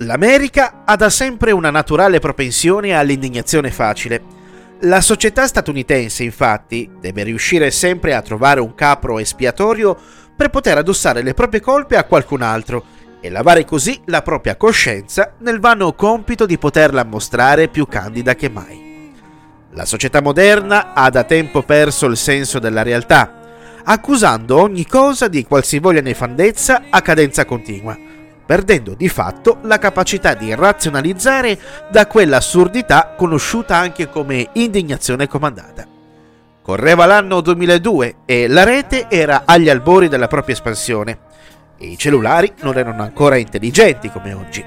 L'America ha da sempre una naturale propensione all'indignazione facile. La società statunitense, infatti, deve riuscire sempre a trovare un capro espiatorio per poter addossare le proprie colpe a qualcun altro e lavare così la propria coscienza nel vano compito di poterla mostrare più candida che mai. La società moderna ha da tempo perso il senso della realtà, accusando ogni cosa di qualsivoglia nefandezza a cadenza continua, perdendo di fatto la capacità di razionalizzare da quell'assurdità conosciuta anche come indignazione comandata. Correva l'anno 2002 e la rete era agli albori della propria espansione e i cellulari non erano ancora intelligenti come oggi.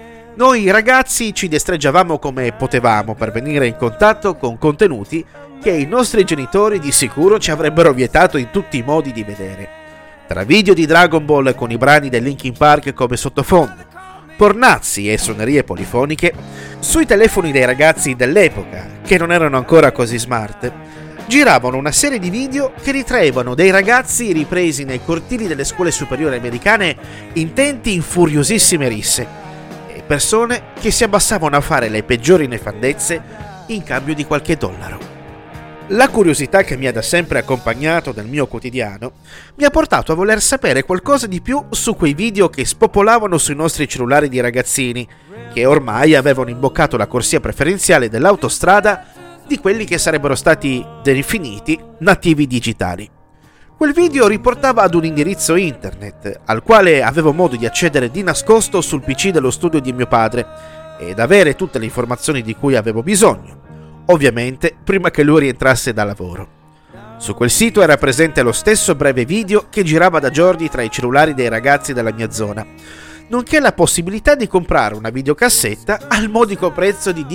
Noi ragazzi ci destreggiavamo come potevamo per venire in contatto con contenuti che i nostri genitori di sicuro ci avrebbero vietato in tutti i modi di vedere. Tra video di Dragon Ball con i brani del Linkin Park come sottofondo, pornazzi e suonerie polifoniche, sui telefoni dei ragazzi dell'epoca, che non erano ancora così smart, giravano una serie di video che ritraevano dei ragazzi ripresi nei cortili delle scuole superiori americane intenti in furiosissime risse, e persone che si abbassavano a fare le peggiori nefandezze in cambio di qualche dollaro. La curiosità che mi ha da sempre accompagnato nel mio quotidiano mi ha portato a voler sapere qualcosa di più su quei video che spopolavano sui nostri cellulari di ragazzini, che ormai avevano imboccato la corsia preferenziale dell'autostrada di quelli che sarebbero stati definiti nativi digitali. Quel video riportava ad un indirizzo internet, al quale avevo modo di accedere di nascosto sul PC dello studio di mio padre ed avere tutte le informazioni di cui avevo bisogno. Ovviamente prima che lui rientrasse da lavoro. Su quel sito era presente lo stesso breve video che girava da giorni tra i cellulari dei ragazzi della mia zona, nonché la possibilità di comprare una videocassetta al modico prezzo di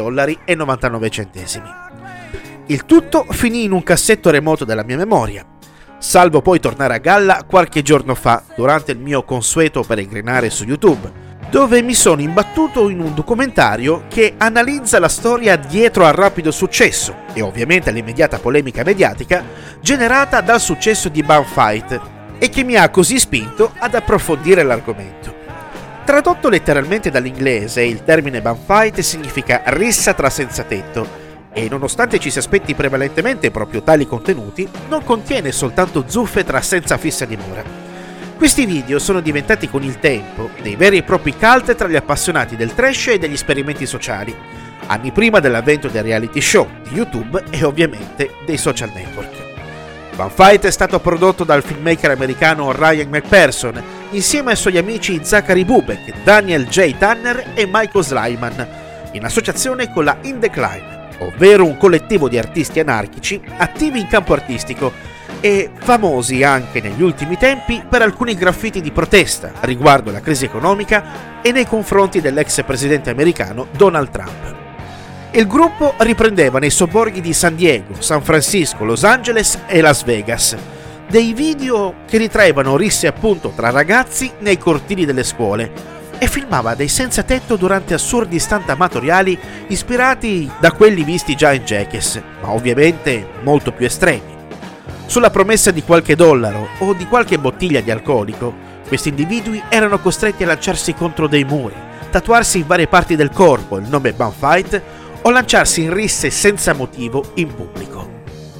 $19,99. Il tutto finì in un cassetto remoto della mia memoria, salvo poi tornare a galla qualche giorno fa durante il mio consueto peregrinare su YouTube, dove mi sono imbattuto in un documentario che analizza la storia dietro al rapido successo e ovviamente all'immediata polemica mediatica generata dal successo di Banfight e che mi ha così spinto ad approfondire l'argomento. Tradotto letteralmente dall'inglese, il termine Banfight significa rissa tra senza tetto e nonostante ci si aspetti prevalentemente proprio tali contenuti, non contiene soltanto zuffe tra senza fissa dimora. Questi video sono diventati con il tempo dei veri e propri cult tra gli appassionati del trash e degli esperimenti sociali, anni prima dell'avvento dei reality show, di YouTube e ovviamente dei social network. Banfight è stato prodotto dal filmmaker americano Ryan McPherson insieme ai suoi amici Zachary Bubek, Daniel J. Tanner e Michael Slyman, in associazione con la In Decline, ovvero un collettivo di artisti anarchici attivi in campo artistico e famosi anche negli ultimi tempi per alcuni graffiti di protesta riguardo la crisi economica e nei confronti dell'ex presidente americano Donald Trump. Il gruppo riprendeva nei sobborghi di San Diego, San Francisco, Los Angeles e Las Vegas dei video che ritraevano risse appunto tra ragazzi nei cortili delle scuole e filmava dei senza tetto durante assurdi stunt amatoriali ispirati da quelli visti già in Jackass, ma ovviamente molto più estremi. Sulla promessa di qualche dollaro o di qualche bottiglia di alcolico, questi individui erano costretti a lanciarsi contro dei muri, tatuarsi in varie parti del corpo il nome Banfight o lanciarsi in risse senza motivo in pubblico.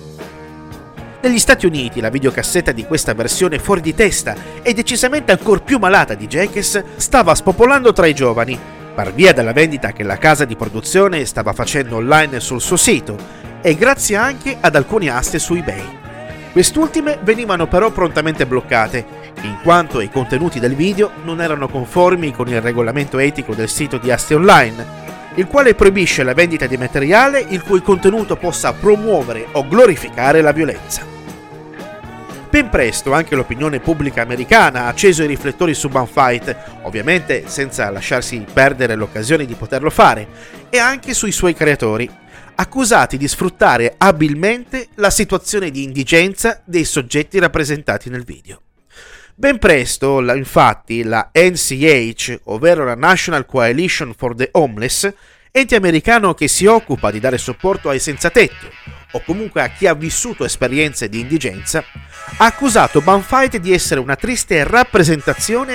Negli Stati Uniti la videocassetta di questa versione fuori di testa e decisamente ancor più malata di Jackass stava spopolando tra i giovani, per via della vendita che la casa di produzione stava facendo online sul suo sito e grazie anche ad alcune aste su eBay. Quest'ultime venivano però prontamente bloccate, in quanto i contenuti del video non erano conformi con il regolamento etico del sito di aste online, il quale proibisce la vendita di materiale il cui contenuto possa promuovere o glorificare la violenza. Ben presto anche l'opinione pubblica americana ha acceso i riflettori su Banfight, ovviamente senza lasciarsi perdere l'occasione di poterlo fare, e anche sui suoi creatori, accusati di sfruttare abilmente la situazione di indigenza dei soggetti rappresentati nel video. Ben presto, infatti, la NCH, ovvero la National Coalition for the Homeless, ente americano che si occupa di dare supporto ai senza tetto, o comunque a chi ha vissuto esperienze di indigenza, ha accusato Banfight di essere una triste rappresentazione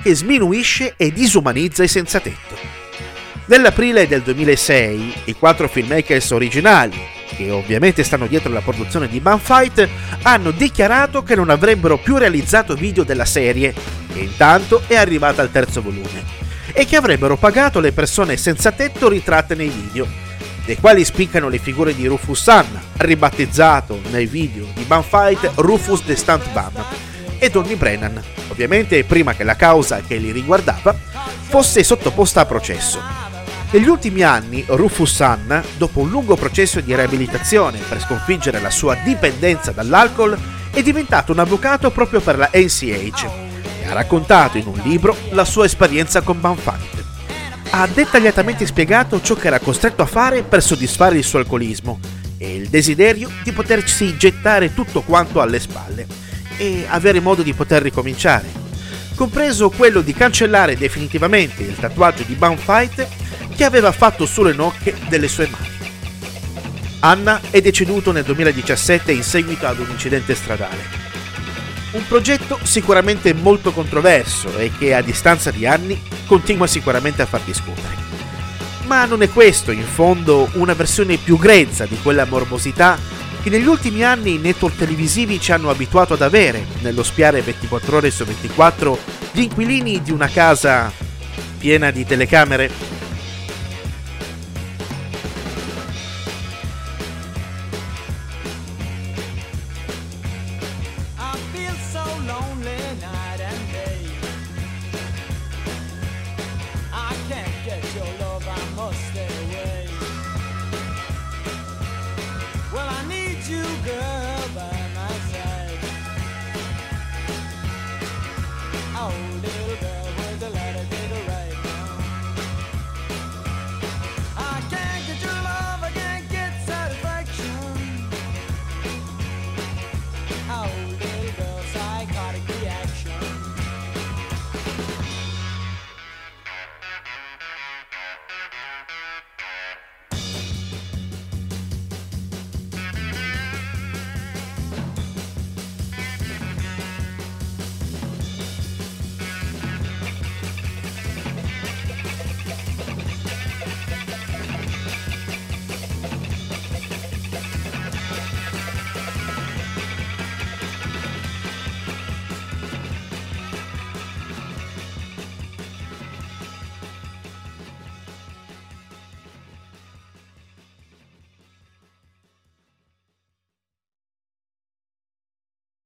che sminuisce e disumanizza i senzatetto. Nell'aprile del 2006, i 4 filmmakers originali, che ovviamente stanno dietro la produzione di Bunfight, hanno dichiarato che non avrebbero più realizzato video della serie, che intanto è arrivata al 3° volume, e che avrebbero pagato le persone senza tetto ritratte nei video, dei quali spiccano le figure di Rufus Sun, ribattezzato nei video di Bunfight Rufus the Stunt Bum, e Donnie Brennan, ovviamente prima che la causa che li riguardava fosse sottoposta a processo. Negli ultimi anni Rufus Sun, dopo un lungo processo di riabilitazione per sconfiggere la sua dipendenza dall'alcol, è diventato un avvocato proprio per la NCH e ha raccontato in un libro la sua esperienza con Bunfight. Ha dettagliatamente spiegato ciò che era costretto a fare per soddisfare il suo alcolismo e il desiderio di potersi gettare tutto quanto alle spalle e avere modo di poter ricominciare, compreso quello di cancellare definitivamente il tatuaggio di Bunfight che aveva fatto sulle nocche delle sue mani. Anna è deceduto nel 2017 in seguito ad un incidente stradale. Un progetto sicuramente molto controverso e che a distanza di anni continua sicuramente a far discutere. Ma non è questo, in fondo, una versione più grezza di quella morbosità che negli ultimi anni i network televisivi ci hanno abituato ad avere nello spiare 24 ore su 24 gli inquilini di una casa piena di telecamere?